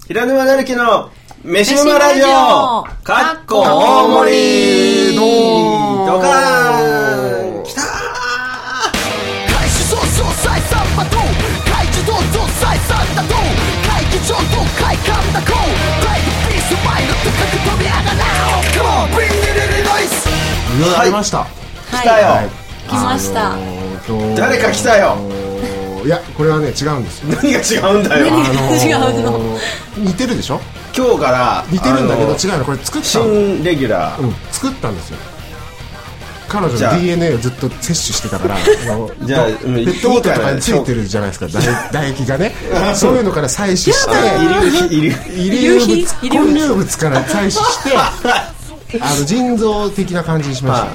平沼なるきの飯沼ラジオかっこ大盛りドカーンきたー開始早々再三馬と開示どうぞ再三だと会議場と快感だこうライブピースマイル高く飛び上がらお Come on bring it in the noise いろいろありました、 来たよ、 来ました。 誰か来たよ。 いやこれはね違うんですよ。 何が違うんだよ、 違うの似てるでしょ。 今日から似てるんだけど違うの。これ作った新レギュラー、 作ったんですよ。彼女の DNA をずっと摂取してたからじゃあペットボトルとかについてるじゃないですか、唾液がねそういうのから採取して遺留物混入物から採取して腎臓的な感じにしました、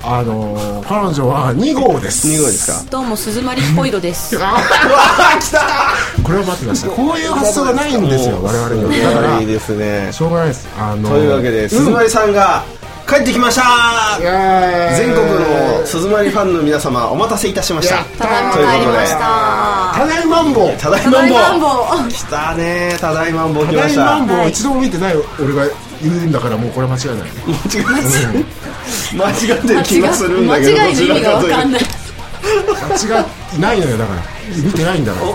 彼女は2号です。 2号ですか。 どうも鈴まりっぽい度ですうわー来たこれを待ってました。こういう発想がないんですよ我々には。だからいいですね。 しょうがないです。 というわけで鈴まりさんが帰ってきました。全国の鈴まりファンの皆様お待たせいたしました。 ただいま帰りました。 ただいまんぼただいまんぼ来たね。ただいまんぼ来ました。 ただいまんぼを一度も見てない俺が言うんだからもうこれは間違いない。 間違ってる気がするんだけど、 間違いの意味が分かんない。 間違いないのよ。だから見てないんだから、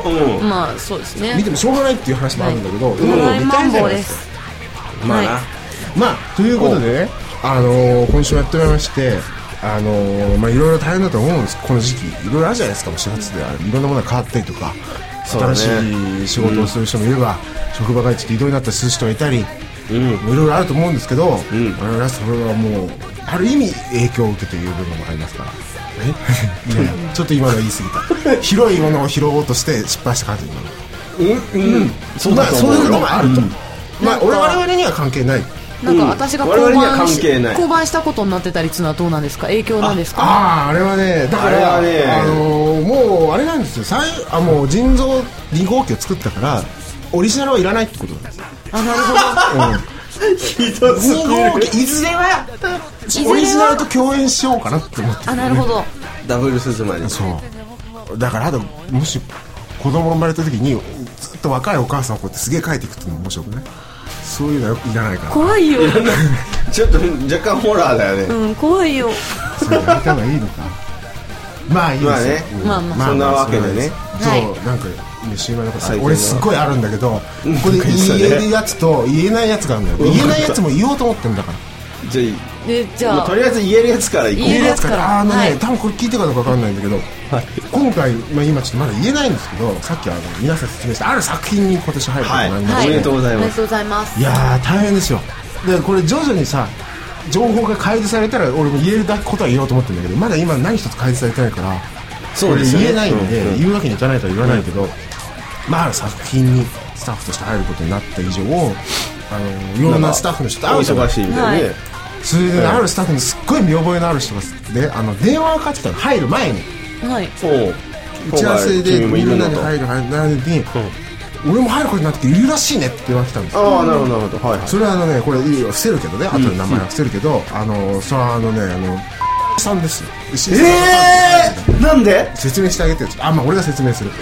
まあそうですね。 見てもしょうがないっていう話もあるんだけど、 ただいまんぼです。 まあな、 まあということでね、今週やっておりまして、まあいろいろ大変だと思うんです。この時期いろいろあるじゃないですか。4月でいろんなものが変わったりとか、新しい仕事をする人もいれば、職場がちょっと異動になったりする人がいたり、いろいろあると思うんですけど、我々はそれはもうある意味影響を受けている部分もありますから。いやちょっと今のは言い過ぎた。広いものを拾おうとして失敗した感じになる。そういうのもあると。まあ我々には関係ない。 なんか私が降板したことになってたりっていうのはどうなんですか。影響なんですか。 あれはね、だからもうあれなんですよ。もう腎臓2号機を作ったからオリジナルはいらないってことなんですよ。 なるほど。 ひどすぎる。 2号機いずれはオリジナルと共演しようかなって思ってる、ね。 なるほど。 ダブルスズマリ。 そうだからもし子供生まれた時にずっと若いお母さんをこうやってすげえ描いていくっていうのも面白くない。そういうのはいらないから。 怖いよ。 ちょっと若干ホラーだよね。 怖いよ。 それやりたがいいのか。まあいいですよ。 まあそんなわけでね。 そうなんか飯沼のこと俺すっごいあるんだけど、ここで言えるやつと言えないやつがあるんだよ。言えないやつも言おうと思ってんだから。 じゃあとりあえず言えるやつから言えるやつから多分これ聞いてるかどうか分かんないんだけど、今回今ちょっとまだ言えないんですけど、さっき皆さん説明したある作品に今年入ることになりまして、 おめでとうございます。 おめでとうございます。 いやー大変ですよ。でこれ徐々にさ情報が開示されたら俺も言えることは言おうと思ってるんだけど、まだ今何一つ開示されてないからこれ言えないんで言うわけにいかないとは言わないけど、まあある作品にスタッフとして入ることになった以上、いろんなスタッフの人と会うじゃない。 忙しいみたいね。 それであるスタッフにすっごい見覚えのある人がで電話がかかってきたの。入る前に打ち合わせでみんなで入る前に俺も入ることになっているらしいねって言われてたんですよ。 なるほどなるほど。 それはこれ伏せるけどね、後で名前は伏せるけど、それはさんですよ。 なんで説明してあげてよ。まあ俺が説明する。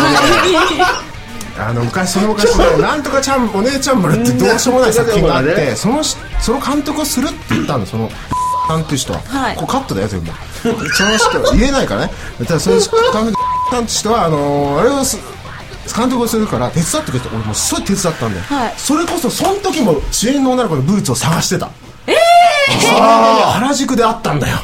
その昔なんとかちゃんお姉ちゃん丸ってどうしようもない作品があって、その監督をするって言ったの、そのさんっていう人は。こうカットだよ全部。その人言えないからね。ただその監督さんって人はあれを監督をするから手伝ってくれて、俺もすごい手伝ったんだよ。それこそその時も主演の女の子のブーツを探してた。原宿であったんだよ。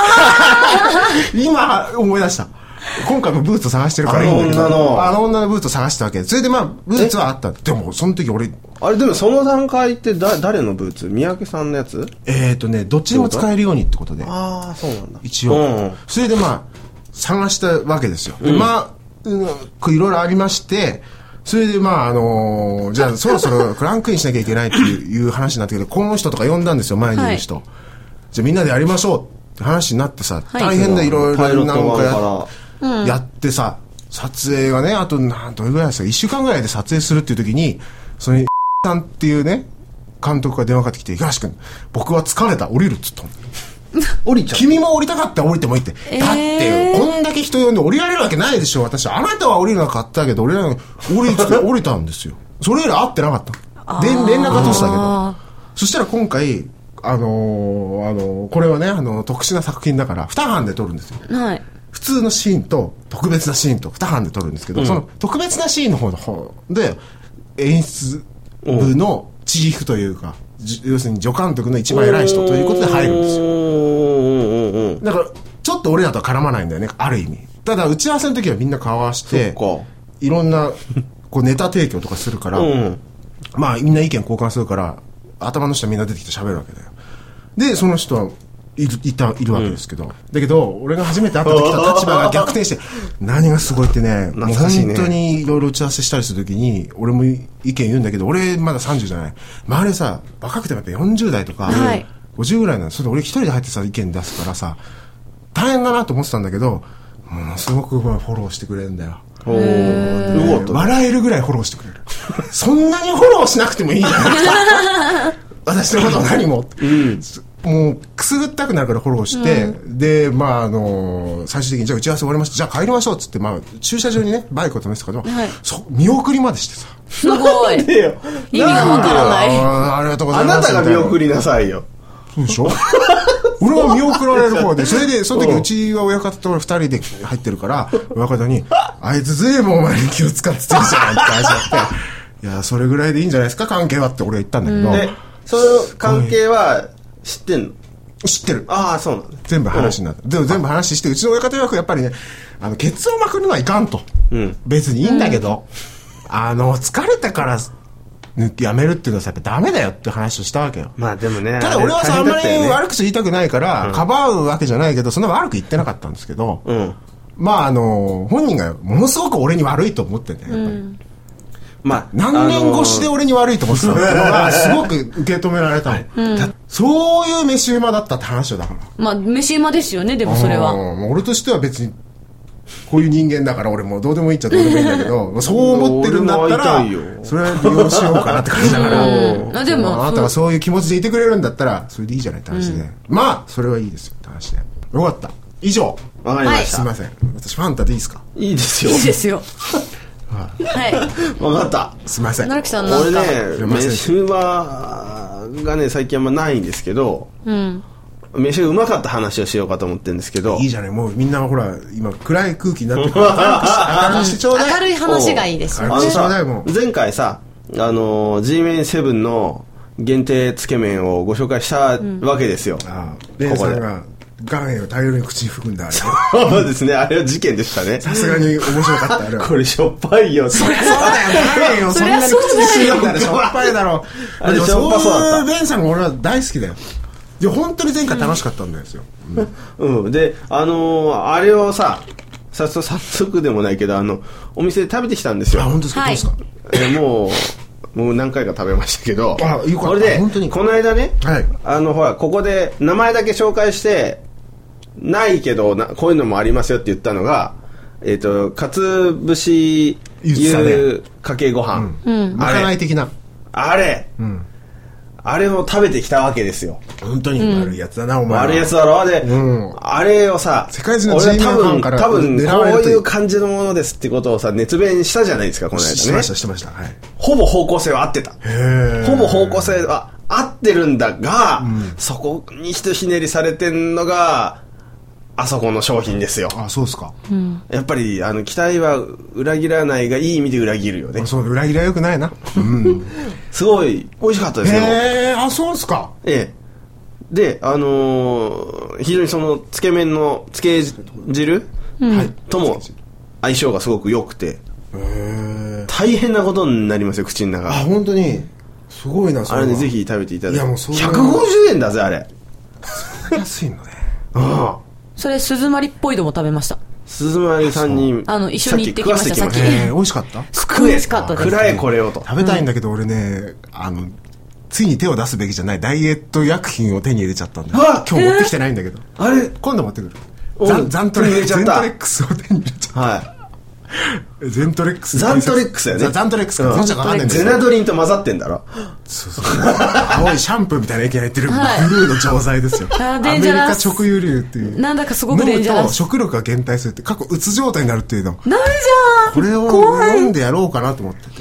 今思い出した。今回もブーツを探してるからいいんだけど、あの女のブーツを探したわけで、それでまあブーツはあった。でもその時俺でもその段階って誰のブーツ？三宅さんのやつ？ どっちでも使えるようにってことで。 そうなんだ。 一応、それでまあ探したわけですよ。でまあいろいろありまして、それでまあじゃあそろそろクランクインしなきゃいけないっていう話になってけど、この人とか呼んだんですよ、前にいる人。じゃあみんなでやりましょうって話になってさ、大変でいろいろなんかやってさ、撮影がねあとどれぐらいですか、1週間ぐらいで撮影するっていう時に、そのさんっていうね監督が電話かかってきて、東君僕は疲れた、降りるっつったの。降りちゃう。君も降りたかったら降りてもいいって、だってこんだけ人呼んで降りられるわけないでしょ。私あなたは降りるのは買ったけど降りたんですよ。 それより会ってなかった。連絡は取ってたけど。そしたら今回、これはね、特殊な作品だから、2班で撮るんですよ。 はい。 普通のシーンと特別なシーンと2班で撮るんですけど、その特別なシーンの方で、演出部のチーフというか、要するに助監督の一番偉い人ということで入るんですよ。だから、ちょっと俺らとは絡まないんだよね、ある意味。ただ、打ち合わせの時はみんな交わして、いろんな、こうネタ提供とかするから、まあみんな意見交換するから、頭の下みんな出てきて喋るわけだよ。で、その人はいるわけですけど、だけど、俺が初めて会った時と立場が逆転して、何がすごいってね、もう本当にいろいろ打ち合わせしたりする時に、俺も意見言うんだけど、俺まだ30じゃない。周りさ、若くてもやっぱ40代とか、50ぐらいなの。それで俺一人で入ってさ、意見出すからさ、大変だなと思ってたんだけど、ものすごくフォローしてくれるんだよ。笑えるぐらいフォローしてくれる。そんなにフォローしなくてもいいじゃないですか。私のこと何も、もうくすぐったくなるからフォローして、でまあ最終的にじゃあ打ち合わせ終わりました、じゃあ帰りましょうっつって、まあ駐車場にねバイクを止めてたから、見送りまでしてさ。 すごい。意味がわからない。 ありがとうございます。 あなたが見送りなさいよ。 そうでしょ。俺は見送られる方で、それでその時うちは親方と俺2人で入ってるから、親方にあいつずいぶんお前に気を使ってるじゃんって話になって、いやそれぐらいでいいんじゃないですか関係はって俺は言ったんだけど、 その関係は知ってんの？ 知ってる。 ああ、そうなんだ。 全部話になった。でも全部話して、うちの親方曰くやっぱりね、ケツをまくるのはいかんと。別にいいんだけど、疲れたからやめるっていうのはやっぱダメだよって話をしたわけよ。 まあでもね。 ただ俺はさ、あんまり悪口言いたくないから、かばうわけじゃないけど、そんな悪く言ってなかったんですけど、まあ本人がものすごく俺に悪いと思ってんだよ、やっぱり。まあ、何年越しで俺に悪いと思ってたのがすごく受け止められたの、そういう飯馬だったって話よ。だからまあ飯馬ですよね。でもそれは俺としては別にこういう人間だから俺もどうでもいいっちゃどうでもいいんだけどそう思ってるんだったらそれは利用しようかなって感じだからでもあなたがそういう気持ちでいてくれるんだったらそれでいいじゃないって話で、まあそれはいいですよって話でよかった。以上。 わかりました。 すいません、私ファンタでいいですか？ いいですよ。 いいですよ。はい。 分かった。 すみません。 成木さんなんか。 俺ね、飯馬がね、最近あんまないんですけど、飯がうまかった話をしようかと思ってるんですけど。 いいじゃない、もうみんなほら、今暗い空気になってるから明るくしてちょうだい。 明るい話がいいですよね。 前回さ、G メン7の限定つけ麺をご紹介したわけですよ。 レンさんが岩塩を大量に口に含んだあれ。 そうですね、あれは事件でしたね。 さすがに面白かったあれは。これしょっぱいよ。 そりゃそうだよ、岩塩をそんなに口に含んだらしょっぱいだろ。 あれしょっぱそうだった。 レンさんが俺は大好きだよ。いや本当に前回楽しかったんですよ。 であれをさ、早速でもないけどお店で食べてきたんですよ。 あ、本当ですか？どうですか？ もう何回か食べましたけど、 これでこの間ね、ほらここで名前だけ紹介してないけどこういうのもありますよって言ったのが、かつ節湯かけご飯、 まかない的なあれを食べてきたわけですよ。 本当に悪いやつだな、お前。 悪いやつだろ。で、あれをさ、 世界中の G メンファンから多分こういう感じのものですってことをさ、熱弁したじゃないですか、この間ね。 してました。はい。 ほぼ方向性は合ってた。ほぼ方向性は合ってるんだが、そこにひとひねりされてんのが、あそこの商品ですよ。 あ、そうですか。 やっぱり期待は裏切らないがいい意味で裏切るよね。 そう、裏切りはよくないな。 すごい美味しかったですよ。 あ、そうですか。 で、非常にそのつけ麺のつけ汁とも相性がすごく良くて、大変なことになりますよ、口の中。 あ、本当にすごいな。 あれでぜひ食べていただいて。 いやもう 150円だぜあれ。 そんな安いのね。 それ鈴まりっぽいのも食べました。 鈴まりさんに一緒に行ってきました。さっき美味しかった？ 美味しかったです。 食らえこれをと食べたいんだけど、俺ねついに手を出すべきじゃないダイエット薬品を手に入れちゃったんだ。今日持ってきてないんだけど、あれ今度持ってくる。ザントレックスを手に入れちゃった。ゼントレックスだよね。 ザントレックスか。 ゼナドリンと混ざってんだろ。 そう青いシャンプーみたいな液が入ってるブルーの錠剤ですよ。アメリカ直輸入っていう。 なんだかすごくデンジャラス。 飲むと食欲が減退するって、過去うつ状態になるっていうの。 なるじゃん。 これを飲んでやろうかなと思ってて。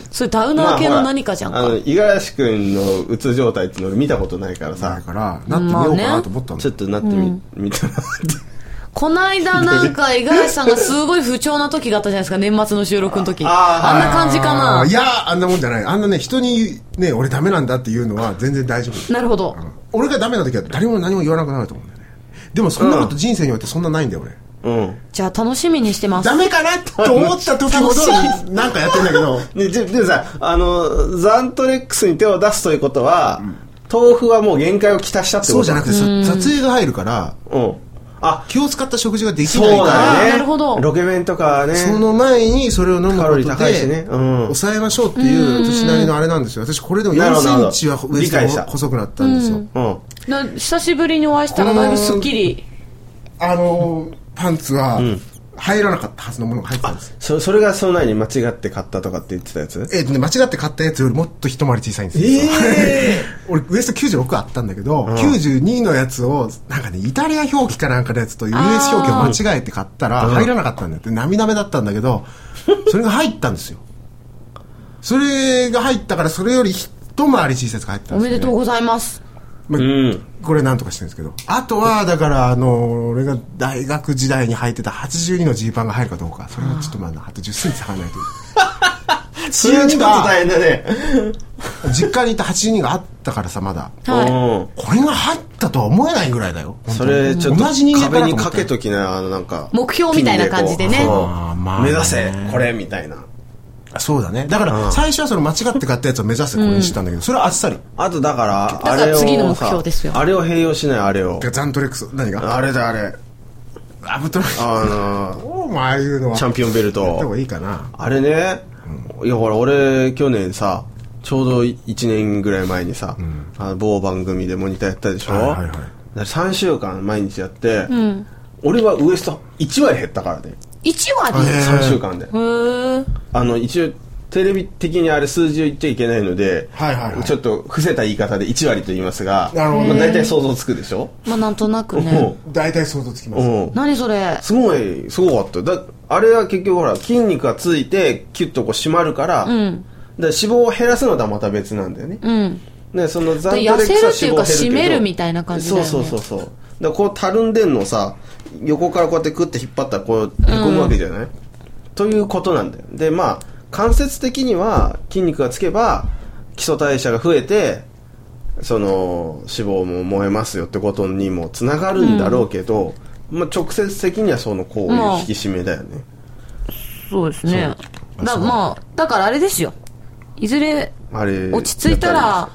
それダウナー系の何かじゃんか。 五十嵐くんのうつ状態っていうのを見たことないからさ。 だからなってみようかなと思ったの。 ちょっとなってみたら。 この間なんか五十嵐さんがすごい不調な時があったじゃないですか、年末の収録の時。あんな感じかな。 いや、あんなもんじゃない。あんなね、人にね、俺ダメなんだっていうのは全然大丈夫。 なるほど。 俺がダメな時は誰も何も言わなくなると思うんだよね。でもそんなこと人生においてそんなないんだよ俺。 じゃあ楽しみにしてます。 ダメかなと思った時ほどなんかやってんだけど。 でさ、ザントレックスに手を出すということは、豆腐はもう限界をきたしたってこと。 そうじゃなくて撮影が入るから、気を使った食事ができないから。 そうだね。 なるほど。 ロケ弁とかね。 その前にそれを飲むことで、 ね、 抑えましょうっていう私なりのあれなんですよ。私これでも4センチはウエストが細くなったんですよ。 久しぶりにお会いしたらだいぶスッキリ。 パンツは入らなかったはずのものが入ってたんですよ。それがその前に間違って買ったとかって言ってたやつ？ 間違って買ったやつよりもっと一回り小さいんですよ。俺ウエスト96あったんだけど、92のやつをなんかね、イタリア表記かなんかのやつと US 表記を間違えて買ったら入らなかったんだよって、涙目だったんだけど、それが入ったんですよ。それが入ったから、それより一回り小さいやつが入ったんですよ、ね。 おめでとうございます。 これなんとかしてるんですけど、あとはだから俺が大学時代に履いてた82のジーパンが入るかどうか、それはちょっとあと10センチ下がらないとそれはちょっと大変だね。 実家にいた82があったからさ、まだ、これが入ったとは思えないぐらいだよ。 それちょっと壁にかけときな、なんか目標みたいな感じでね、 目指せこれみたいな。 そうだね。だから最初はその間違って買ったやつを目指すこれにしてたんだけど、それはあっさり。 あとだからあれを次の目標ですよ。 あれを併用しない。あれをザントレックス何があれだ、あれアブトラああいうのはチャンピオンベルトやった方がいいかな。 あれね、いやほら俺去年さ、ちょうど1年ぐらい前にさ、某番組でモニターやったでしょ。3週間毎日やって、俺はウエスト1割減ったからね。 1割 3週間で。一応テレビ的にあれ数字を言っちゃいけないので、ちょっと伏せた言い方で1割と言いますが、大体想像つくでしょ。 なんとなくね。 大体想像つきます。 何それ。 すごかった。あれは結局ほら筋肉がついてキュッとこう締まるから、脂肪を減らすのとはまた別なんだよね。でそのザントレックスは脂肪を減るけど、痩せるっていうか締めるみたいな感じだよね。そうだからこうたるんでんのさ、横からこうやってクッて引っ張ったらこうへこむわけじゃない、ということなんだよ。で間接的には筋肉がつけば基礎代謝が増えてその脂肪も燃えますよってことにもつながるんだろうけど、直接的にはそのこういう引き締めだよね。 そうですね。だからあれですよ、いずれ落ち着いたら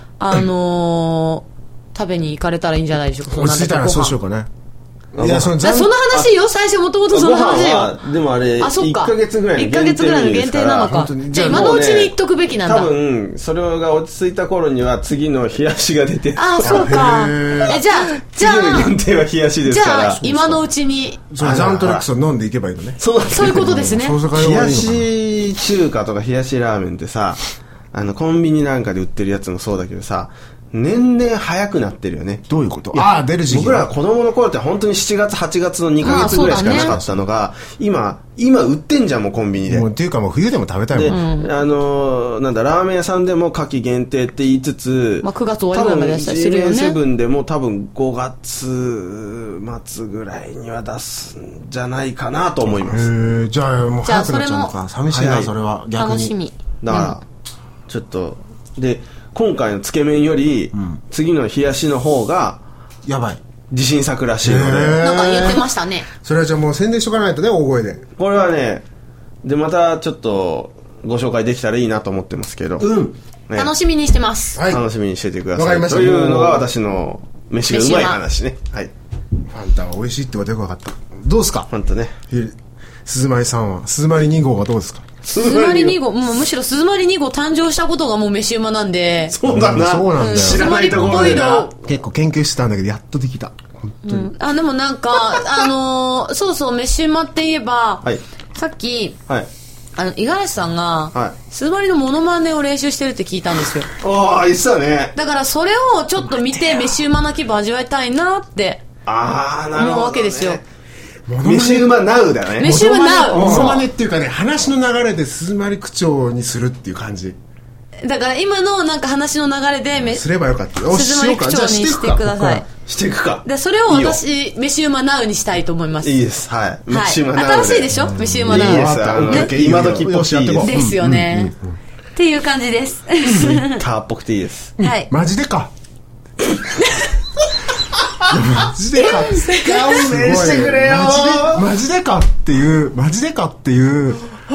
食べに行かれたらいいんじゃないでしょうか。 落ち着いたらそうしようかね。 いやその話よ、最初もともとその話よ。 でもあれ1ヶ月ぐらいの限定なのか。じゃあ今のうちに言っとくべきなんだ。 多分それが落ち着いた頃には次の冷やしが出て、 そうか。じゃあ次の限定は冷やしですから、 じゃあ今のうちにザントレックスを飲んでいけばいいのね。 そういうことですね。 冷やし中華とか冷やしラーメンってさ、コンビニなんかで売ってるやつもそうだけどさ、年々早くなってるよね。 どういうこと？出る時期。 僕らが子供の頃って本当に7月8月の2ヶ月ぐらいしかなかったのが、今売ってんじゃん、もうコンビニで。 っていうかもう冬でも食べたいもん。 で、ラーメン屋さんでも夏季限定って言いつつ、 9月終わりぐらいまで出したりするよね。 セブンでも多分5月末ぐらいには出すんじゃないかなと思います。 じゃあもう早くなっちゃうのか。寂しいな、それは。逆に。 楽しみ。 だから、ちょっと、で、今回のつけ麺より、次の冷やしの方がやばい自信作らしいので、 なんか言ってましたね。 それはじゃあもう宣伝しとかないとね、大声で。 これはね、でまたちょっとご紹介できたらいいなと思ってますけど、 楽しみにしてます。 楽しみにしててください。というのが私の飯がうまい話ね。はい。 ファンタは美味しいってことよく分かった。どうですか？ ファンタね。 鈴丸さんは、鈴丸2号はどうですか？ 鈴丸2号、むしろ鈴丸2号誕生したことがもう飯馬なんで。 そうだな。 そうなんだよ。 知らないところでな。 結構研究してたんだけど、やっとできた。本当に。 でもなんか、そう、飯馬って言えば、さっき、五十嵐さんが、鈴丸のモノマネを練習してるって聞いたんですよ。 ああ、言ってたね。 だからそれをちょっと見て、飯馬な気分味わいたいなって、思うわけですよ。 飯うまナウだね。 飯うまナウ。 モノマネっていうかね、話の流れで鈴丸口調にするっていう感じ。 だから今のなんか話の流れですればよかった。 鈴丸口調にしてください。 していくか。 でそれを私飯うまナウにしたいと思います。 いいです。はい。 飯うまナウ。新しいでしょ、飯うまナウ。 いいです。今時っぽくていいです。 ですよね。っていう感じです。 ツイッターっぽくていいです。 はい。 マジでか。マジでか。 勘弁してくれよ。 マジでかっていう。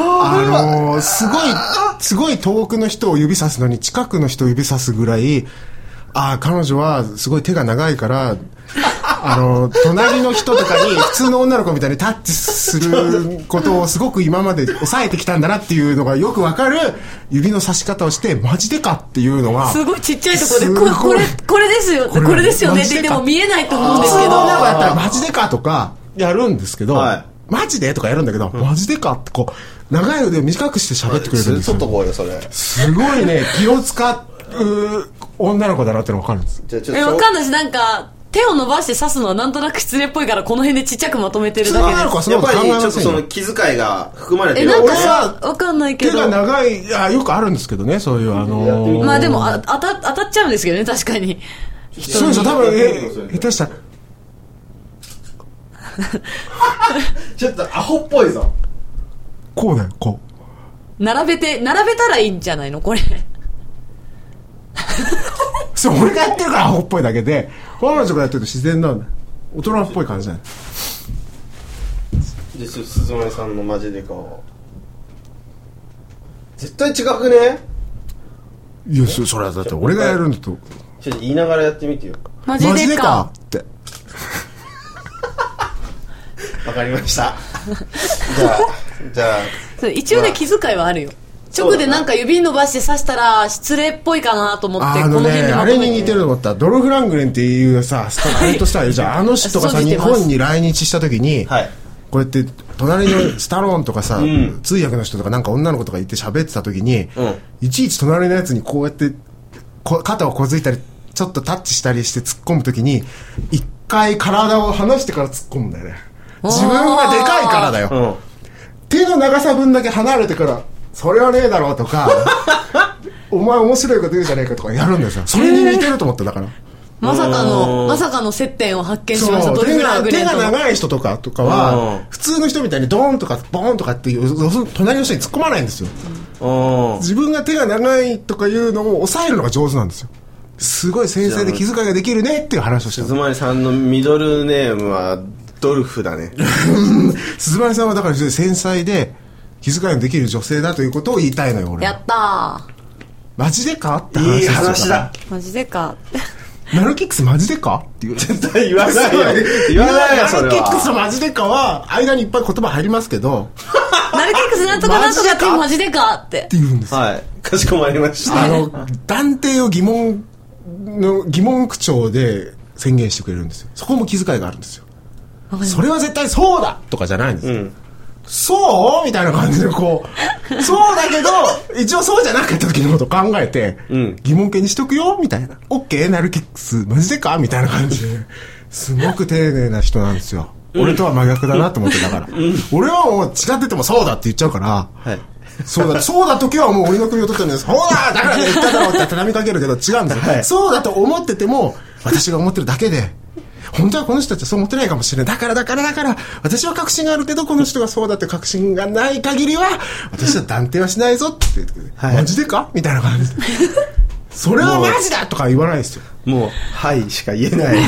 すごい遠くの人を指さすのに近くの人を指さすぐらい、彼女はすごい手が長いから、隣の人とかに普通の女の子みたいにタッチすることをすごく今まで抑えてきたんだなっていうのがよくわかる指の差し方をして、マジでかっていうのはすごいちっちゃいところでこれですよこれですよねって言っても見えないと思うんですけど、 普通の女の子だったらマジでかとかやるんですけど、マジでとかやるんだけど、マジでかってこう長い腕を短くして喋ってくれるんですよ。 ちょっとこうよそれ。 すごいね、気を使う女の子だなっての分かるんです。 分かんないし、なんか手を伸ばして刺すのはなんとなく失礼っぽいから、この辺でちっちゃくまとめてるだけで。 やっぱりちょっとその気遣いが含まれてる。 なんかさ、分かんないけど手が長い、よくあるんですけどね、そういうまあでも当たっちゃうんですけどね、確かに。 そうですよ、多分下手したらちょっとアホっぽいぞ。 こうだよ、こう並べたらいいんじゃないのこれ。 そう、俺がやってるからアホっぽいだけで、彼女がやってると自然なんだ。大人っぽい感じだよ。 で、鈴丸さんのマジでか絶対違くね。 いや、それはだって俺がやるんだと。 ちょっと言いながらやってみてよ。 マジでかってわかりました。じゃあ一応ね、気遣いはあるよ。直でなんか指伸ばして刺したら失礼っぽいかなと思って、この辺であれに似てると思った。ドルフ・ラングレンっていうさ、タレントスターいるじゃん。あの人がさ、日本に来日した時に、こうやって隣のスタローンとかさ、通訳の人とかなんか女の子とかいて喋ってた時に、いちいち隣のやつにこうやって肩をこづいたりちょっとタッチしたりして突っ込む時に、一回体を離してから突っ込むんだよね。自分がでかいからだよ。手の長さ分だけ離れてから、それはねえだろうとかお前面白いこと言うじゃねえかとかやるんですよ。それに似てると思ってだからまさかの接点を発見しました。 手が長い人とかは普通の人みたいにドーンとかボーンとかっていう隣の人に突っ込まないんですよ。自分が手が長いとかいうのを抑えるのが上手なんですよ。すごい繊細で気遣いができるねっていう話をしてる。 鈴丸さんのミドルネームはドルフだね。 鈴丸さんはだから繊細で気遣いのできる女性だということを言いたいのよ、俺。 やったー。 マジでかって話。いい話だ。 マジでか。 ナルキックスマジでかっていう。 絶対言わないよ。言わないよ、それは。 ナルキックスマジでかは、間にいっぱい言葉入りますけど。 ナルキックスなんとかなんとかってマジでかって。 って言うんです。 はい。かしこまりました。 断定を疑問口調で宣言してくれるんですよ。そこも気遣いがあるんですよ。それは絶対そうだとかじゃないんですよ。そうみたいな感じでこうそうだけど一応そうじゃなかった時のことを考えて、疑問形にしとくよみたいな。 OK ナルキックスマジでかみたいな感じですごく丁寧な人なんですよ。俺とは真逆だなと思って。だから、俺はもう違っててもそうだって言っちゃうから、そうだ時はもう俺の首を取ってるんです。そうだから言っただろうって畳みかけるけど違うんですよ、そうだと思ってても私が思ってるだけで、本当はこの人たちはそう思ってないかもしれない。だから私は確信があるけどこの人がそうだって確信がない限りは私は断定はしないぞって言って、マジでかみたいな感じでそれはマジだとか言わないですよ。 もうはいしか言えない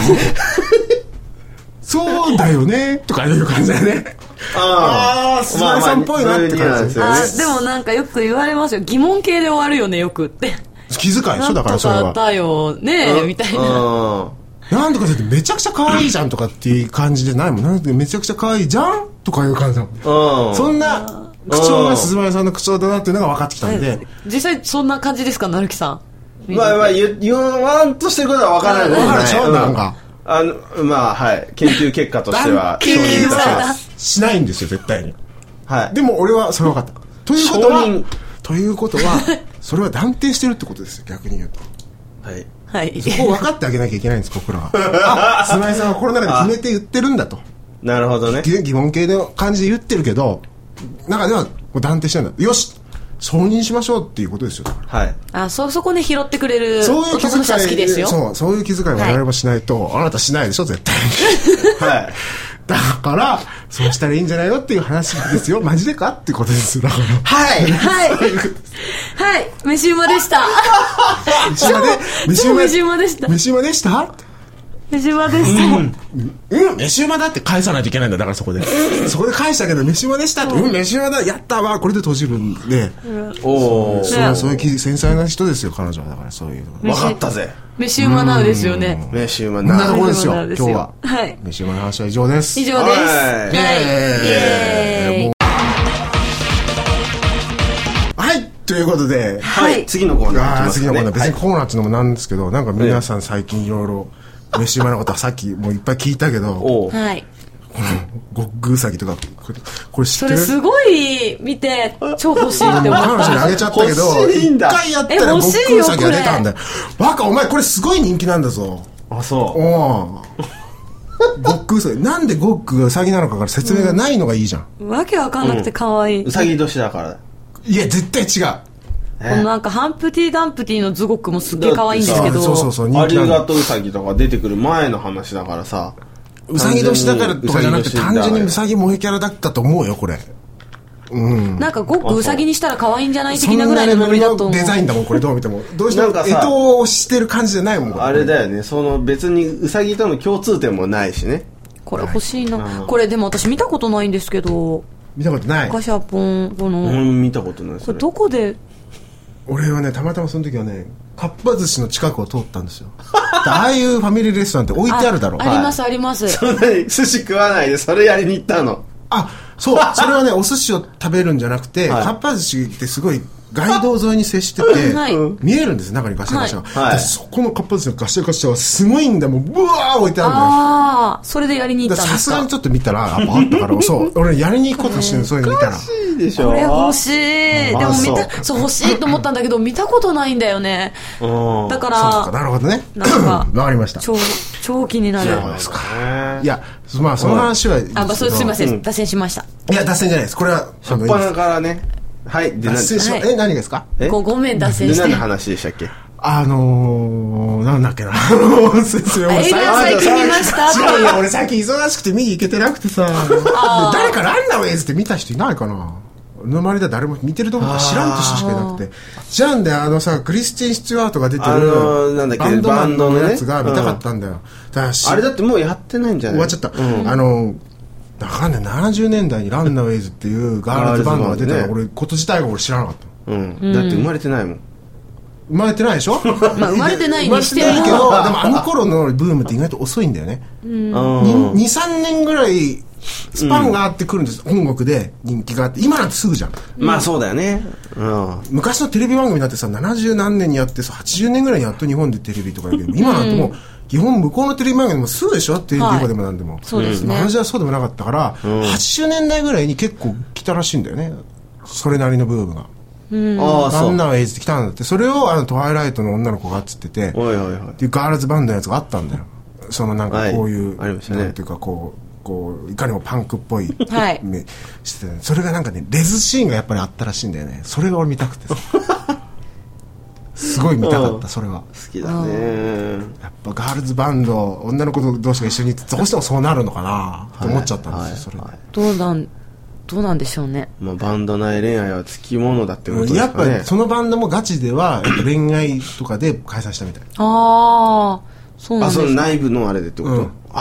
そうだよねとかいう感じだよね。鈴丸さんっぽいなって感じですよね。でもなんかよく言われますよ。疑問形で終わるよねよくって気遣いでしょ。だからそれはなんとかだよねみたいな。 なんとかだってめちゃくちゃ可愛いじゃんとかっていう感じでないもん。なんでめちゃくちゃ可愛いじゃんとかいう感じだもん。そんな口調が鈴丸さんの口調だなっていうのが分かってきたんで。 実際そんな感じですか、なるきさん。 まあ言わんとしてることは分からない。 分かるでしょ、なんかまあはい、研究結果としては承認はしないんですよ絶対に。でも俺はそれ分かったということはそれは断定してるってことですよ、逆に言うと。そこを分かってあげなきゃいけないんです僕らは。鈴丸さんは心の中で決めて言ってるんだと。 なるほどね。 疑問系の感じで言ってるけど、中では断定してるんだ。よし承認しましょうっていうことですよ。 はい。 そこで拾ってくれるそういう気遣い、 好きですよ。 そういう気遣いを我々もしないと、あなたしないでしょ絶対に。はい。だからそうしたらいいんじゃないのっていう話ですよ。マジでかってことですよ。 はいはいはい飯馬でした。 飯馬でした。飯馬でした。 飯馬でした。 飯馬だって返さないといけないんだ。だからそこで返したけど飯馬でしたって。飯馬だ、やったわ、これで閉じるんで。そういう繊細な人ですよ彼女は。だからそういうの分かったぜ。 飯馬なうですよね。 飯馬なう。こんなところですよ今日は。 はい。 飯馬の話は以上です。 以上です。 はい。ということで、 はい。次のコーナー。 次のコーナー。別にコーナーっていうのもなんですけど、なんか皆さん最近いろいろ飯馬のことはさっきもういっぱい聞いたけど、 はい。 このゴッグウサギとかこれ知ってる？ それすごい見て超欲しいって思った。 彼女にあげちゃったけど、一回やったらゴッグウサギが出たんだよ。バカお前これすごい人気なんだぞ。 あ、そう。 ゴッグウサギ、なんでゴッグがウサギなのかから説明がないのがいいじゃん。 わけわかんなくて可愛い。 ウサギ年だから。 いや絶対違う。 このなんかハンプティ・ダンプティのズゴックもすっげえ可愛いんですけど、 そうありがとうウサギとか出てくる前の話だからさ、 ウサギ年だからとかじゃなくて単純にウサギ萌えキャラだったと思うよこれ。 なんかゴックウサギにしたら可愛いんじゃない的なぐらいのノリだと思う。 デザインだもんこれどう見ても。どうしても干支をしてる感じじゃないもん。 あれだよね、その別にウサギとの共通点もないしね。 これ欲しいな。これでも私見たことないんですけど。 見たことない。 ガシャポンこの。 見たことない。 これどこで？ 俺はねたまたまその時はねかっぱ寿司の近くを通ったんですよ。ああいうファミリーレストランって置いてあるだろう。 ありますあります。 そんなに寿司食わないでそれやりに行ったの？ そうそれはねお寿司を食べるんじゃなくて、かっぱ寿司ってすごい街道沿いに接してて、見えるんです中にガシャガシャが、そこのかっぱ寿司のガシャガシャはすごいんだもうブワー置いてあるんだよ。 それでやりに行ったんですか？ さすがにちょっと見たらあったからそう俺やりに行こうとしてるそういうの見たらでしょ。 これ欲しい。でもそう欲しいと思ったんだけど見たことないんだよね。だからそうかなるほどね。なんかわかりました。 超気になる。 そうですか。いやまあその話はすいません脱線しました。 いや脱線じゃないです。これは初っ端からね。はい脱線し何ですか？ ごめん脱線して。 何の話でしたっけ？ なんだっけな。 最近見ましたっていう。 俺最近忙しくて見に行けてなくてさ。誰かランナーウェイズって見た人いないかな？の周りでは誰も見てるところか知らんと人しかいなくて。じゃんでクリスティン・スチュワートが出てるなんだっけバンドのやつが見たかったんだよ。 あれだってもうやってないんじゃない？ 終わっちゃった。だからね70年代にランナーウェイズっていうガールズバンドが出たら俺こと自体が俺知らなかった。 だって生まれてないもん。 生まれてないでしょ？ 生まれてないにしてもけどでもあの頃のブームって意外と遅いんだよね。2、3年ぐらいスパンがあってくるんです。本国で人気があって今なんてすぐじゃん。 まあそうだよね。 昔のテレビ番組だってさ70何年にやってさ80年ぐらいにやっと日本でテレビとかやるけど今なんてもう基本向こうのテレビ番組でもすぐでしょテレビでもなんでも。 そうですね。 話はそうでもなかったから80年代ぐらいに結構来たらしいんだよね。それなりのブームが。ランナーウェイズって来たんだって。それをトワイライトの女の子がっつっててっていうガールズバンドのやつがあったんだよ。そのなんかこういうなんていうかこういかにもパンクっぽいしててそれがなんかねレズシーンがやっぱりあったらしいんだよね。それが俺見たくてすごい見たかった。それは好きだね。 やっぱガールズバンド女の子同士が一緒にどうしてもそうなるのかなと思っちゃったんですよ。それどうなんでしょうね。 バンド内恋愛はつきものだってことですかね。 やっぱりそのバンドもガチではやっぱ恋愛とかで開催したみたい。 そうなんです。 その内部のあれでってこと？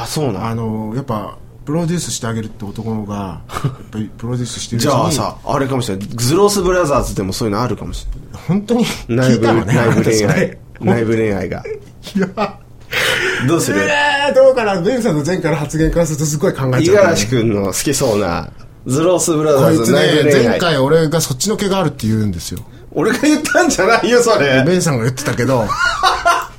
そうなの。やっぱプロデュースしてあげるって男のがやっぱりプロデュースしてるうちにじゃあさあれかもしれない。ズロースブラザーズでもそういうのあるかもしれない。 本当に聞いたのね。 内部恋愛が。いやどうする？ どうかな。ベンさんの前回の発言からするとすごい考えちゃう。 五十嵐君の好きそうなズロースブラザーズ内部恋愛。 前回俺がそっちの毛があるって言うんですよ。 俺が言ったんじゃないよそれ。 ベンさんが言ってたけど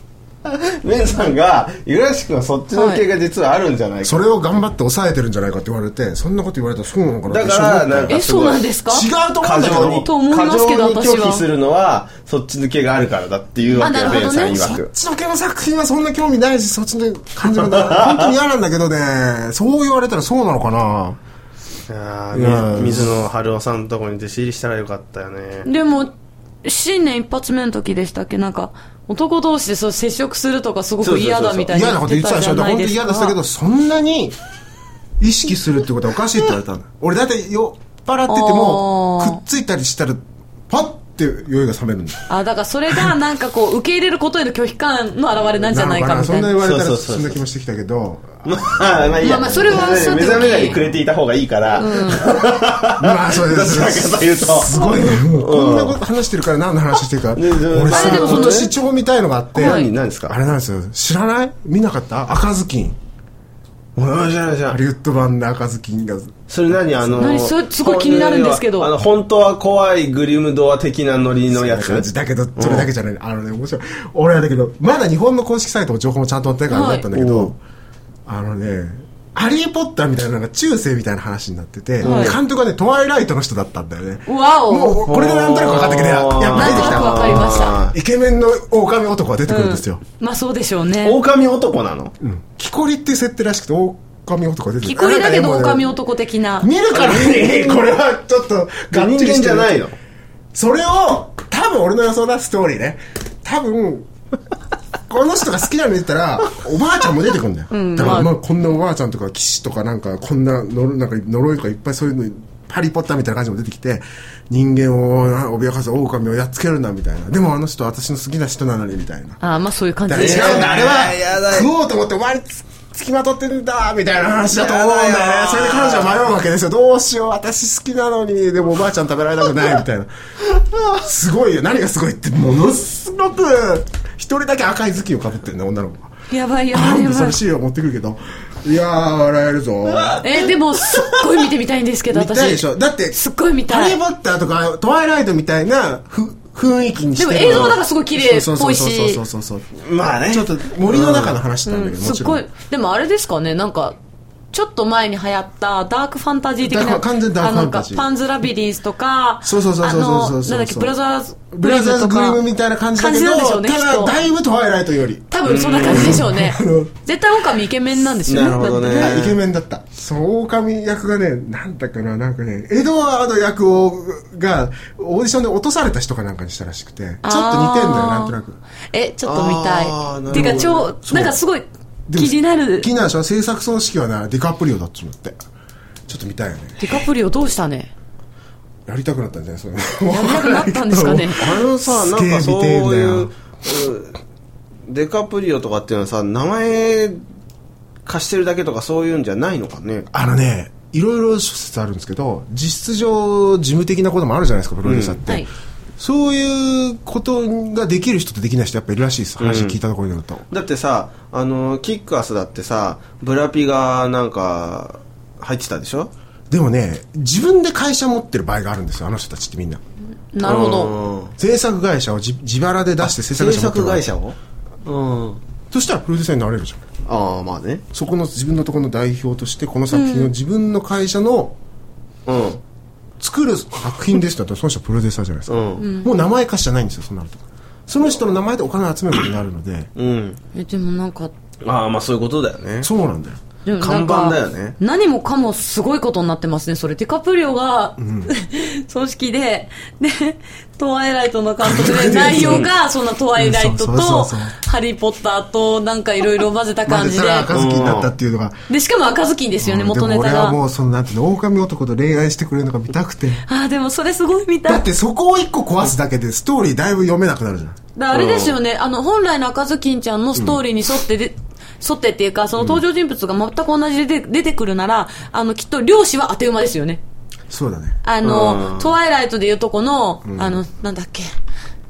メンさんが五十嵐君はそっちの系が実はあるんじゃないか、 それを頑張って抑えてるんじゃないかって言われて、そんなこと言われたらそうなのかなって。 だからなんかそうなんですか。 違うと思うんだけど、 と思いますけど、私は拒否するのはそっちの系があるからだっていうわけよ、メンさん曰く。 そっちの系の作品はそんな興味ないし、そっちの感じの本当に嫌なんだけどね、そう言われたらそうなのかな。 水野晴郎さんのとこに弟子入りしたらよかったよね。 でも新年一発目の時でしたっけ、なんか男同士でそう接触するとかすごく嫌だみたいな嫌なこと言ってたでしょ。本当に嫌でしたけど、そんなに意識するってことはおかしいって言われたんだ。俺だって酔っ払っててもくっついたりしたらパッって酔いが冷めるんだ。 だからそれがなんかこう受け入れることへの拒否感の表れなんじゃないかみたいな。 そんな言われたらそんな気もしてきたけど、 まあそれは目覚めないでくれていた方がいいから、 まあそうです。 どちらかというとすごいね、もうこんなこと話してるから何の話してるか。俺さ、今年超見たいのがあって、 何ですか。 あれなんですよ、知らない？見なかった？赤ずきん。 じゃあハリウッド版の赤ずきんが。 それ何それすごい気になるんですけど、 本当は怖いグリムドア的なノリのやつだけど、それだけじゃない。面白い。俺はだけど、まだ日本の公式サイトの情報もちゃんと載ってからだったんだけど、ハリーポッターみたいなのが中世みたいな話になってて、監督がね、トワイライトの人だったんだよね。 わお。 もう、これでなんとなく分かったけど、やっぱ出てきた。 分かりました。 イケメンの狼男が出てくるんですよ。 まあそうでしょうね。 狼男なの？ 木こりっていう設定らしくて、狼男が出てくる。 木こりだけど狼男的な。 見るからね、これはちょっと、 人間じゃないの？ それを、多分俺の予想だ、ストーリーね。多分、この人が好きなの言ったら、おばあちゃんも出てくるんだよ。だからこんなおばあちゃんとか騎士とかなんか、こんななんか呪いとかいっぱいそういうの、ハリーポッターみたいな感じも出てきて、人間を脅かす狼をやっつけるんだみたいな。でもあの人は私の好きな人なのにみたいな。 まあそういう感じで。 違うんだ、あれは食おうと思ってお前に付きまとってんだみたいな話だと思うんだよね。それで彼女は迷うわけですよ。どうしよう、私好きなのに、でもおばあちゃん食べられたくないみたいな。すごいよ。何がすごいって、ものすごく一人だけ赤い頭巾をかぶってるね、女の子が。 やばい。 寂しいよ、持ってくるけど。いやー、笑えるぞ。 でもすっごい見てみたいんですけど、私。 見たいでしょ。だってすっごい見たい。 ハリーポッターとかトワイライトみたいな雰囲気にしてる。 でも映像だからすごい綺麗っぽいし。 そう。 まあね。 ちょっと森の中の話なんだけど、 すっごい。でもあれですかね、なんか、ちょっと前に流行ったダークファンタジー的な、 完全ダークファンタジー。 パンズラビリンスとか、 そう。 なんだっけ、ブラザーズグリムみたいな感じだけど、ただだいぶトワイライトより。 多分そんな感じでしょうね。絶対狼イケメンなんですよね。 なるほどね。 イケメンだった。そう、狼役がね、なんだっけな、なんかね、エドワード役がオーディションで落とされた人かなんかにしたらしくて、ちょっと似てんだよ、なんとなく。 ちょっと見たい。てかなんかすごい、気になるでしょ。制作組織はね、ディカプリオだっつうのって。ちょっと見たいよね。 ディカプリオどうしたね。 やりたくなったんじゃない？それやりたくなったんですかね。 さ、なんかそういうデカプリオとかっていうのはさ、名前貸してるだけとかそういうんじゃないのかね。 いろいろ諸説あるんですけど、実質上事務的なこともあるじゃないですか、プロデューサーって。はい、そういうことができる人とできない人やっぱいるらしいです。話聞いたところによると。 だってさ、キックアスだってさ、ブラピがなんか入ってたでしょ。 でもね、自分で会社持ってる場合があるんですよ、あの人たちってみんな。 なるほど。 制作会社を自腹で出して制作会社をそしたらプロデューサーになれるじゃん。 まあね。 そこの自分のところの代表としてこの作品を自分の会社の作る作品ですって言ったらその人はプロデューサーじゃないですか。もう名前貸しじゃないんですよ、そうなると。その人の名前でお金を集めることになるので。 でもなんかまあそういうことだよね。 そうなんだよ。 看板だよね。 何もかもすごいことになってますね。それディカプリオが、組織でトワイライトの監督で内容がそんなトワイライトとハリーポッターとなんかいろいろ混ぜた感じで赤ずきんだったっていうのが。 でしかも赤ずきんですよね、元ネタが。 でも俺はもうそのなんていうの、狼男と恋愛してくれるのが見たくて。 でもそれすごい見たい。 だってそこを一個壊すだけでストーリーだいぶ読めなくなるじゃん。 あれですよね、本来の赤ずきんちゃんのストーリーに沿ってっていうか、その登場人物が全く同じで出てくるなら、きっと漁師は当て馬ですよね。 そうだね。 トワイライトでいうとこの、なんだっけ、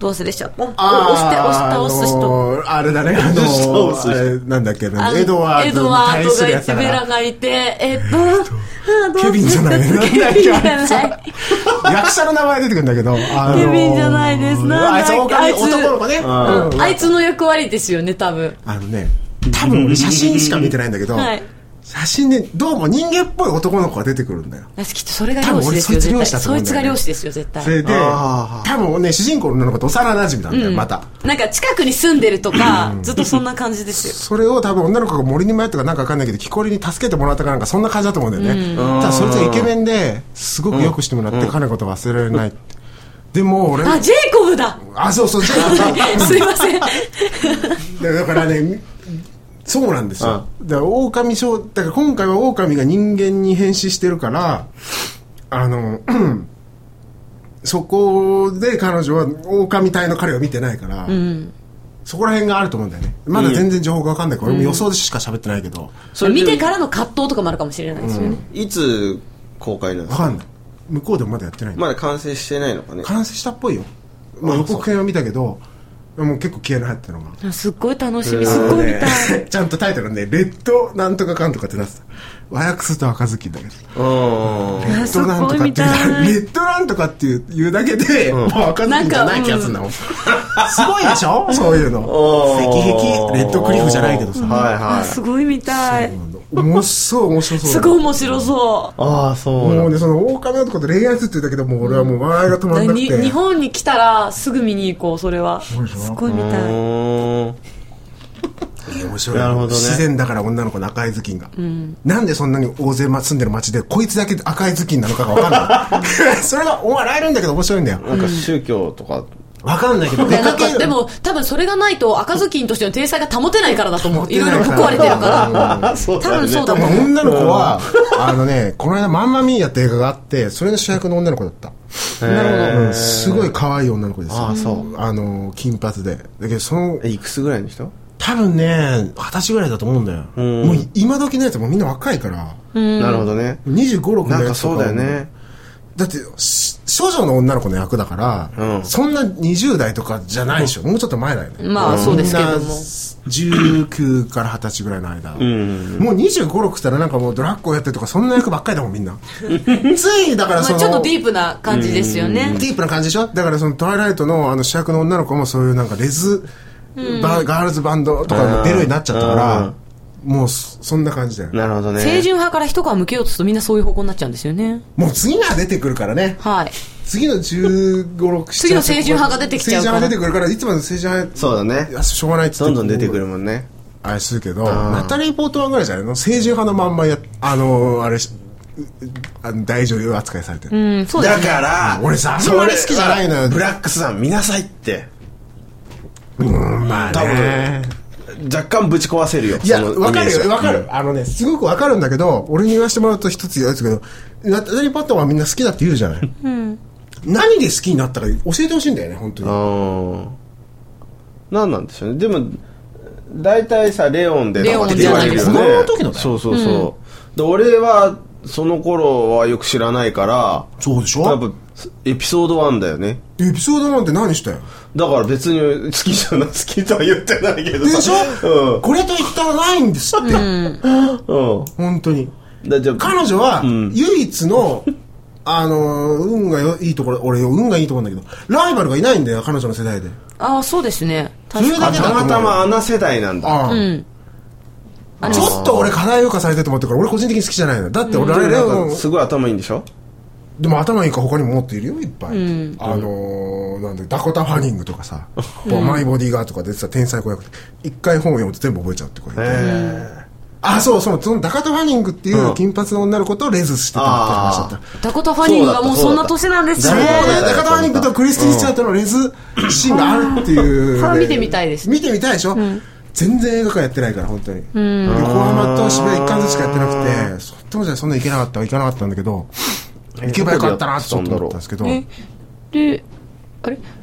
どう忘れしちゃった。押す人。 あれだね、あれ、なんだっけ、エドワードがいて、ベラがいて、 ケビンじゃないね。 ケビンじゃない。 役者の名前出てくるんだけど、 ケビンじゃないです。 あいつ、男の子ね。 あいつの役割ですよね、多分。 多分俺写真しか見てないんだけど、写真でどうも人間っぽい男の子が出てくるんだよ。 きっとそれが漁師ですよ、絶対。そいつが漁師ですよ、絶対。 それで、多分ね、主人公の女の子と幼馴染なんだよ、また。 なんか近くに住んでるとか、ずっとそんな感じですよ。 それを多分女の子が森に迷ったかなんかわかんないけど、木こりに助けてもらったかなんかそんな感じだと思うんだよね。ただそいつがイケメンで、すごく良くしてもらって、彼のこと忘れられない。でも俺、 ジェイコブだ。 そう、ジェイコブ。 すいません。 だからね、そうなんですよ。だから今回は狼が人間に変身してるから、そこで彼女は狼隊の彼を見てないから、そこら辺があると思うんだよね。まだ全然情報が分かんないから、俺も予想でしか喋ってないけど。 見てからの葛藤とかもあるかもしれないですよね。 いつ公開なんですか？ 分かんない。向こうでもまだやってない。 まだ完成してないのかね。 完成したっぽいよ。予告編は見たけど、もう結構気合い入ってるのがすっごい楽しみ、すっごい見たい。 ちゃんとタイトルね、レッドなんとかかんとかってなってた。和訳すると赤ずきんだけど、レッドなんとかってレッドなんとかっていうだけで、もう赤ずきんじゃない気がするんだもん。すごいでしょ、そういうの。石壁レッドクリフじゃないけどさ、 すごい見たい。 面白そう。 すごい面白そう。 そう。もうね、その狼男と恋愛するって言うだけでもう俺はもう笑いが止まんなくて。 日本に来たらすぐ見に行こう、それは。すごい見たい。 面白い。なるほどね。自然だから女の子の赤い頭巾が。なんでそんなに大勢住んでる街でこいつだけ赤い頭巾なのかが分かんない。それが笑えるんだけど面白いんだよ。 なんか宗教とか。 わかんないけど、 でも多分それがないと赤ずきんとしての体裁が保てないからだと思う。いろいろぶっ壊れてるから。多分そうだと思う。 女の子はこの間マンマミーヤって映画があって、それの主役の女の子だった。 なるほど。 すごい可愛い女の子ですよ。金髪で。だけどいくつぐらいの人？ 多分ね、20歳ぐらいだと思うんだよ。もう今時のやつもみんな若いから。 なるほどね。 25、6のやつとか。 なんかそうだよね。 だって少女の女の子の役だから、そんな20代とかじゃないでしょ。もうちょっと前だよね。 まあそうですけども、 19から20歳ぐらいの間、もう25、6したらなんかもうドラッグをやってるとかそんな役ばっかりだもんみんな。ついだからちょっとディープな感じですよね。 ディープな感じでしょ。だからそのトワイライトの主役の女の子もそういうなんかレズガールズバンドとかも出るようになっちゃったから、もうそんな感じだよ。 なるほどね。 清純派から一皮向けようとするとみんなそういう方向になっちゃうんですよね。 もう次が出てくるからね。 はい。 次の15、6、 次の清純派が出てきちゃうから。 清純派が出てくるから、いつまで清純派、 そうだね。 しょうがないってどんどん出てくるもんね。 あれするけど、ナタリー・ポートマンぐらいじゃないの？清純派のまんま大女優扱いされてる。 そうだね。 だから、 俺さ、あんまり好きじゃないのよ。 ブラックさん見なさいって。 まあね。 若干ぶち壊せるよ。 いや、わかるよ、わかる。すごくわかるんだけど、俺に言わせてもらうと一つ言うんですけど、ナタリー・ポートマンはみんな好きだって言うじゃない。何で好きになったか教えてほしいんだよね、本当に。 何なんでしょうね。でも大体さ、レオンでレオンじゃないですか。 子供の時のだよ。 そうそうそう。で俺はその頃はよく知らないから。 そうでしょ。 やっぱエピソード1だよね。 エピソード1って何したよ。 だから別に好きじゃない、好きとは言ってないけどさ。 でしょ。これと言ったらないんですって。本当に。彼女は唯一の運がいいところ、俺運がいいところなんだけど、ライバルがいないんだよ、彼女の世代で。 ああ、そうですね。 確かに。 たまたまあの世代なんだ。 ちょっと俺課題評価されてると思ってるから、俺個人的に好きじゃないの。だって俺レオンすごい頭いいんでしょ。 でも頭いいか他にも持っているよ、いっぱい。なんでダコタ・ファニングとかさ、マイ・ボディーガーとか出てた天才子役で一回本を読むと全部覚えちゃうって子がいて。そのダコタ・ファニングっていう金髪の女の子とレズしてたって話だった。 ダコタ・ファニングがもうそんな年なんですね。 ダコタ・ファニングとクリスティン・スチュアートのレズシーンがあるっていう。 それ見てみたいです。 見てみたいでしょ。全然映画館やってないから本当に。横浜と渋谷一貫ずつしかやってなくて、当時はそんな行けなかったんだけど、行けばよかったなってちょっと思ったんですけど。 で、あれ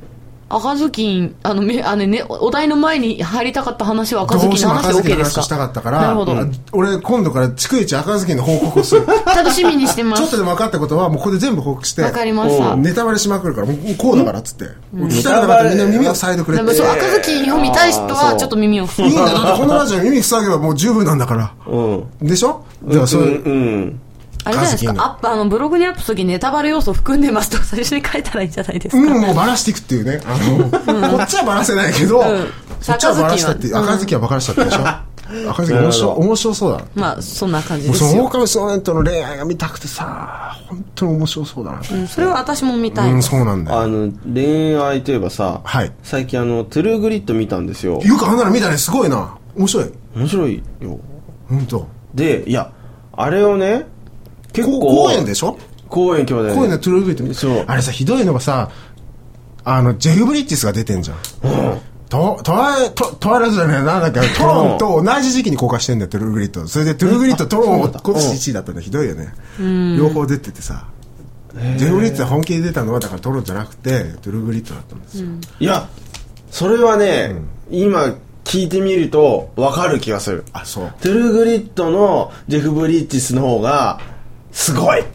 赤ずきん、ね、お題の前に入りたかった話は赤ずきんの話で OK ですか？ したかったから、 なるほど。 俺今度から逐一赤ずきんの報告をする。 楽しみにしてます。 ちょっとでも分かったことはもうここで全部報告して。 わかりました。 ネタバレしまくるから、もうこうだからっつって。聞きたくなかったらみんな耳を塞いでくれって。 そう、赤ずきんを見たい人はちょっと耳を塞いで。 いいんだよ。だってこのラジオ耳塞げばもう十分なんだから。でしょ？ではそういう。 あれじゃないですか、ブログにアップするときネタバレ要素含んでますと最初に書いたらいいんじゃないですか。 もうバラしていくっていうね。こっちはバラせないけど、こっちはバラしたって、赤ずきんはバラしたってでしょ。赤ずきん面白そうだ。 まあ、そんな感じですよ。 その狼少年との恋愛が見たくてさ、本当に面白そうだな。 それは私も見たい。 そうなんだよ。 恋愛といえばさ、最近トゥルーグリッド見たんですよ。 よくあんなの見たね、すごいな。面白い。 面白いよ。 本当。 で、いや、あれをね、結構公園でしょ？ 公園兄弟。 公園でトゥルーグリッド。そう。あれさ、ひどいのがさ、ジェフ・ブリッジスが出てんじゃん。トワイライトじゃねえな、なんだっけ、トロンと同じ時期に公開してんだよ、トゥルーグリッド。それでトゥルーグリッド、トロンを今年1位だったのひどいよね。両方出ててさ。ジェフ・ブリッジは本気で出たのはだからトロンじゃなくて、トゥルーグリッドだったんですよ。 いや、それはね、今、聞いてみると分かる気がする。 あ、そう。 トゥルーグリッドのジェフ・ブリッジスの方がすごい。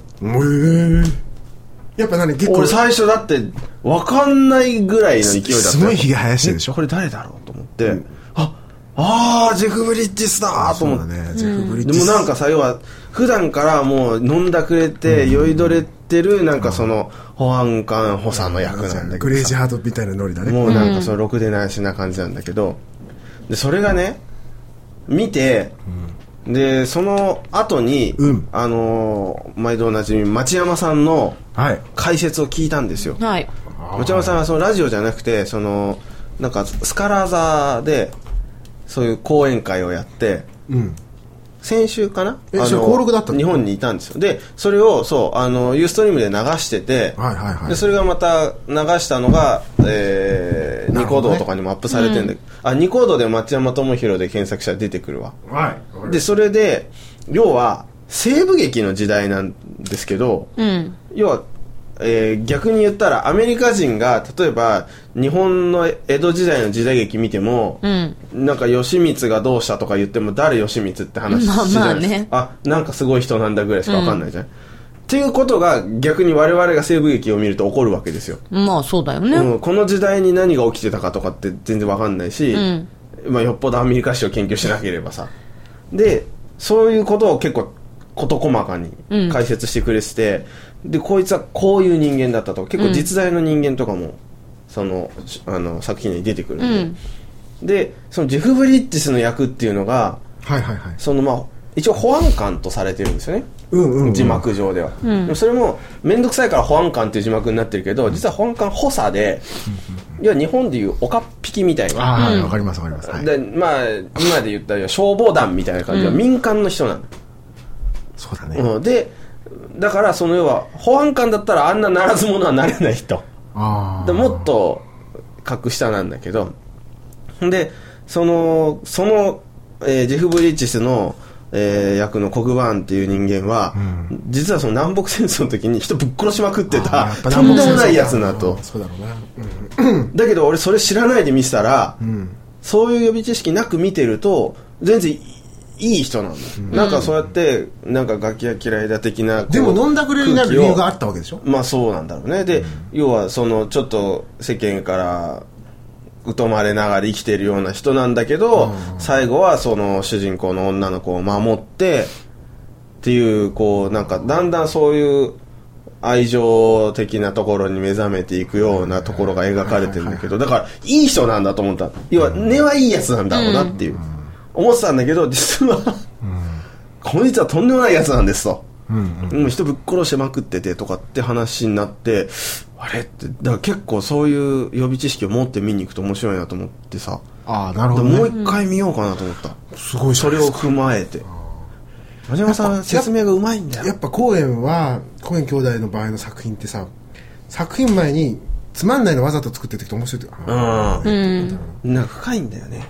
やっぱ何結構俺最初だって分かんないぐらいの勢いだった。 すごいひげ生やしてるでしょ。 これ誰だろうと思って、ジェフ・ブリッジスだと思って。でもなんかさ、要は普段からもう飲んだくれて酔いどれてるなんかその保安官補佐の役なんだけど、 クレイジーハートみたいなノリだね。 もうなんかそのろくでなしな感じなんだけど、でそれがね見て、でその後に、毎度おなじみ町山さんの解説を聞いたんですよ。町山さんはそのラジオじゃなくて、そのなんかスカラ座でそういう講演会をやって、先週かな、 登録だった日本にいたんですよ。でそれをそうユーストリームで流してて、でそれがまた流したのが、ニコ動とかにもアップされてるんで、ニコ動で町山智博で検索したら出てくるわ。でそれで要は西部劇の時代なんですけど、要は逆に言ったらアメリカ人が例えば日本の江戸時代の時代劇見ても、なんか義満がどうしたとか言っても誰義満って話じゃないですか。なんかすごい人なんだぐらいしか分かんないじゃん、っていうことが逆に我々が西部劇を見ると起こるわけですよ。 まあそうだよね、 この時代に何が起きてたかとかって全然分かんないし、よっぽどアメリカ史を研究しなければさ。でそういうことを結構事細かに解説してくれてて、でこいつはこういう人間だったとか結構実在の人間とかもその作品に出てくるんで、でそのジェフ・ブリッジスの役っていうのが、その一応保安官とされてるんですよね、字幕上では、でもそれも面倒くさいから保安官っていう字幕になってるけど、実は保安官補佐で、いや日本でいう岡っ引きみたいな、 わかりますわかります、 で今で言ったら消防団みたいな感じで、民間の人なの。 そうだね、 でだからその要は保安官だったらあんなならず者はなれない人で、もっと格下なんだけど、でそのジェフ・ブリッジスの、役のコグバーンっていう人間は、実はその南北戦争の時に人ぶっ殺しまくってたとんでもないやつなと。だけど俺それ知らないで見せたら、そういう予備知識なく見てると全然いい人なんだ、なんかそうやってなんかガキが嫌いだ的な、 でも飲んだくれになる理由があったわけでしょ。 まあそうなんだろうね。で、要はそのちょっと世間から疎まれながら生きてるような人なんだけど、最後はその主人公の女の子を守ってっていう、こうなんかだんだんそういう愛情的なところに目覚めていくようなところが描かれてるんだけど、だからいい人なんだと思った。要は根はいいやつなんだろうなっていう思ってたんだけど、実はこの人はとんでもないやつなんですと、もう人ぶっ殺してまくっててとかって話になって、あれってだから結構そういう予備知識を持って見に行くと面白いなと思ってさ、 なるほど、ね、 もう一回見ようかなと思った、 すごいそれを踏まえて。真島さん説明がうまいんだよ。 やっぱ公園兄弟の場合の作品ってさ、作品前につまんないのわざと作ってる時と面白いって、 なんか深いんだよね。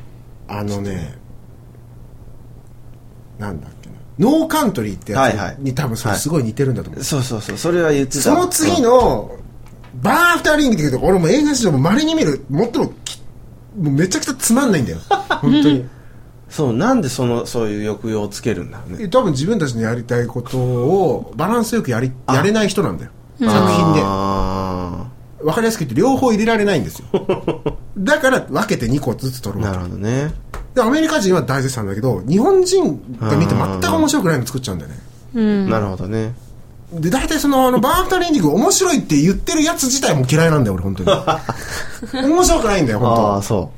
なんだっけな、ノーカントリーってやつに多分それすごい似てるんだと思う、 そうそれは言ってた。 その次のバーアフターリングって言うと俺も映画史上も稀に見るもっともうめちゃくちゃつまんないんだよ本当にそうなんでそういう抑揚をつけるんだろうね。 多分自分たちのやりたいことをバランスよくやれない人なんだよ、作品で。分かりやすく言って両方入れられないんですよだから分けて2個ずつ取るわけ。 なるほどね。 でアメリカ人は大絶賛だけど日本人が見て全く面白くないの作っちゃうんだよね。 なるほどね。 で大体バーアフターリンディング面白いって言ってるやつ自体も嫌いなんだよ俺本当に面白くないんだよ本当。 ああそう。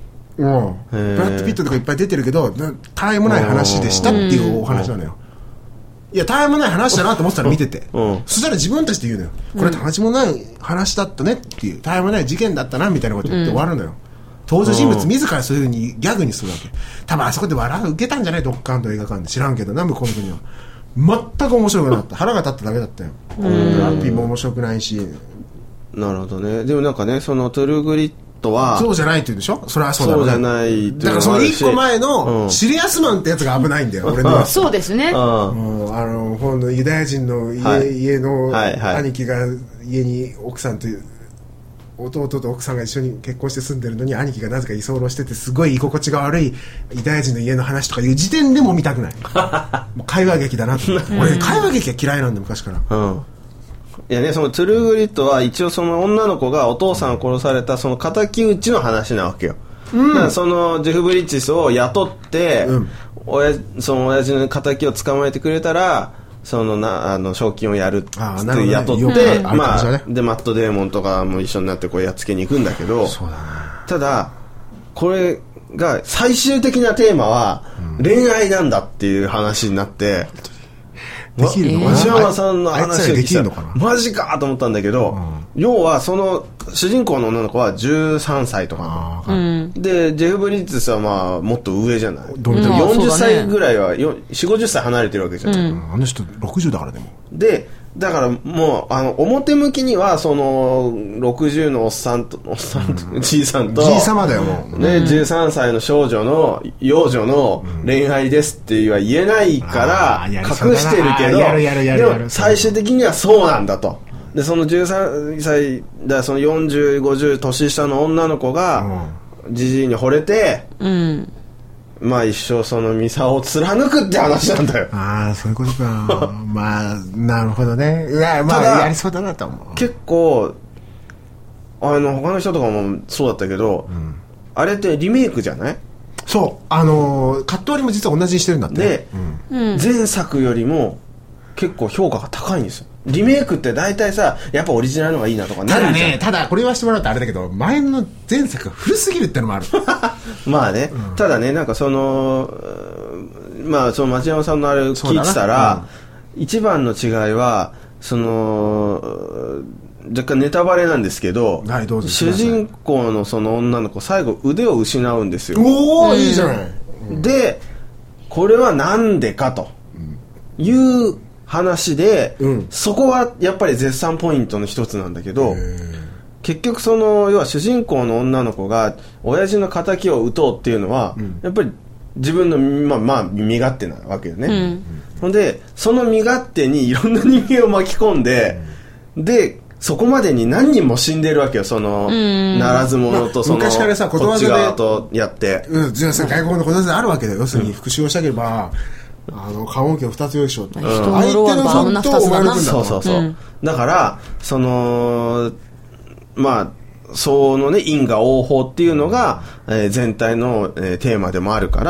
ブラッド・ピットとかいっぱい出てるけどたわいもない話でしたっていうお話なのよ。いやたわいもない話だなと思ってたら見ててそしたら自分たちで言うのよ、これたわいもない話だったねっていう、たわいもない事件だったなみたいなこと言って終わるのよ。登場人物自らそういう風にギャグにするわけ。多分あそこで笑う受けたんじゃないドッカンと映画館で知らんけど南部この国は全く面白くなかった。腹が立っただけだったよ。ラッピーも面白くないし。 なるほどね。でもなんかねそのトゥルーグリッドはそうじゃないって言うんでしょ。それはそうだろうね。 そうじゃないっていうのもあるし、 だからその1個前のシリアスマンってやつが危ないんだよ俺のはそうですね。 本のユダヤ人の家の兄貴が家に奥さんと弟と奥さんが一緒に結婚して住んでるのに兄貴がなぜか居候しててすごい居心地が悪いユダヤ人の家の話とかいう時点でも見たくないもう会話劇だなと思って俺会話劇が嫌いなんで昔から。 いやね、そのトゥルーグリッドは一応その女の子がお父さんを殺されたその敵討ちの話なわけよ。だからそのジェフ・ブリッジスを雇って、その親父の敵を捕まえてくれたらその賞金をやるって雇って、でマット・デーモンとかも一緒になってこうやっつけに行くんだけど、ただこれが最終的なテーマは恋愛なんだっていう話になって、 できるのかな、 町山さんの話を聞いたらマジかと思ったんだけど、要はその主人公の女の子は13歳とかでジェフ・ブリッジスはまあもっと上じゃない、40歳ぐらいは 40,50 歳離れてるわけじゃない、 あの人60だからでもでだからもう表向きにはその60のおっさんとじいさんとじいさまだよもう、 ね、13歳の幼女の恋愛ですっては言えないから隠してるけど、でも最終的にはそうなんだと。でその13歳だその40、50年下の女の子がじじいに惚れて、まあ一生そのミサを貫くって話なんだよ。 ああそういうことかまあなるほどね。いやまあやりそうだなと思う。 結構他の人とかもそうだったけど、あれってリメイクじゃない？ そうカット割りも実は同じにしてるんだって。 で、前作よりも結構評価が高いんですよ。リメイクって大体さやっぱオリジナルの方がいいなとかなるじゃん。 ただこれ言わせてもらうとあれだけど前の前作が古すぎるってのもあるまあね、ただねなんかそのまあその町山さんのあれ聞いてたら、一番の違いはその若干ネタバレなんですけど、主人公のその女の子最後腕を失うんですよ。 おおいいじゃない、 でこれはなんでかという話で、そこはやっぱり絶賛ポイントの一つなんだけど、結局その要は主人公の女の子が親父の仇を討とうっていうのは、やっぱり自分のまあ身勝手なわけよね、ほんでその身勝手にいろんな人間を巻き込んで、でそこまでに何人も死んでるわけよ。そのならず者とその昔からさこっち側とやって、 外国のことであるわけだよ。要するに復讐をしたければ棺桶を2つ用意しようと、 相手の損とお前の分だ。 そう、だからそのまあそのね因果応報っていうのが、全体の、テーマでもあるから、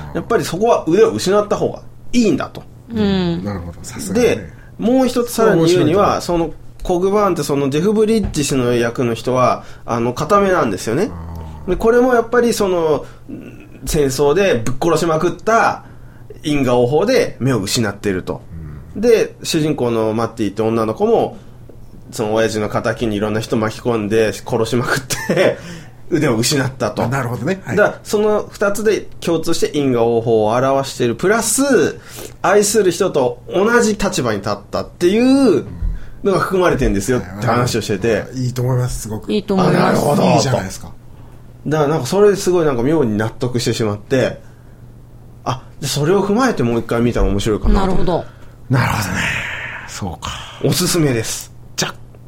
やっぱりそこは腕を失った方がいいんだと。 なるほど、さすがね。 でもう一つさらに言うにはそのコグバーンってそのジェフ・ブリッジ氏の役の人は固めなんですよね。でこれもやっぱりその戦争でぶっ殺しまくった因果応報で目を失っていると、で主人公のマッティって女の子もその親父の仇にいろんな人巻き込んで殺しまくって腕を失ったと。 なるほどね、 だからその2つで共通して因果応報を表しているプラス愛する人と同じ立場に立ったっていうのが含まれてるんですよって話をしてて、 いいと思います。すごくいいと思います。 なるほど、 いいじゃないですか。 だからなんかそれですごいなんか妙に納得してしまって、それを踏まえてもう一回見たら面白いかなと。 なるほどなるほどね。そうか、 おすすめです。 じゃ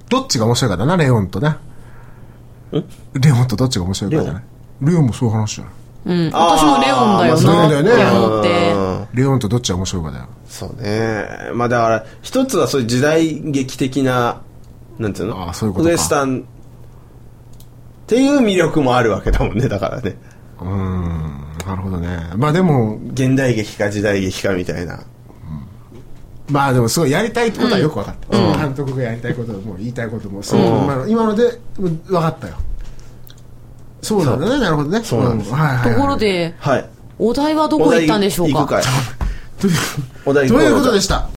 どっちが面白いかだな、レオンとな。レオンとどっちが面白いかじゃない。レオンもそういう話じゃない。 私もレオンだよな。 そうだよね。 ってレオンとどっちが面白いかだよ。 そうね。まあだから一つはそういう時代劇的な、なんていうの、 そういうことか。 ウエスタンっていう魅力もあるわけだもんね、だからね。 なるほどね。まあでも現代劇か時代劇かみたいな。 まあでもすごいやりたいことはよく分かった。監督がやりたいことも言いたいことも、今ので分かったよ。そうなんだね。なるほどね。 そうなんです。 ところで、 はい。 お題はどこ行ったんでしょうか。 お題行くかい。 ということでした。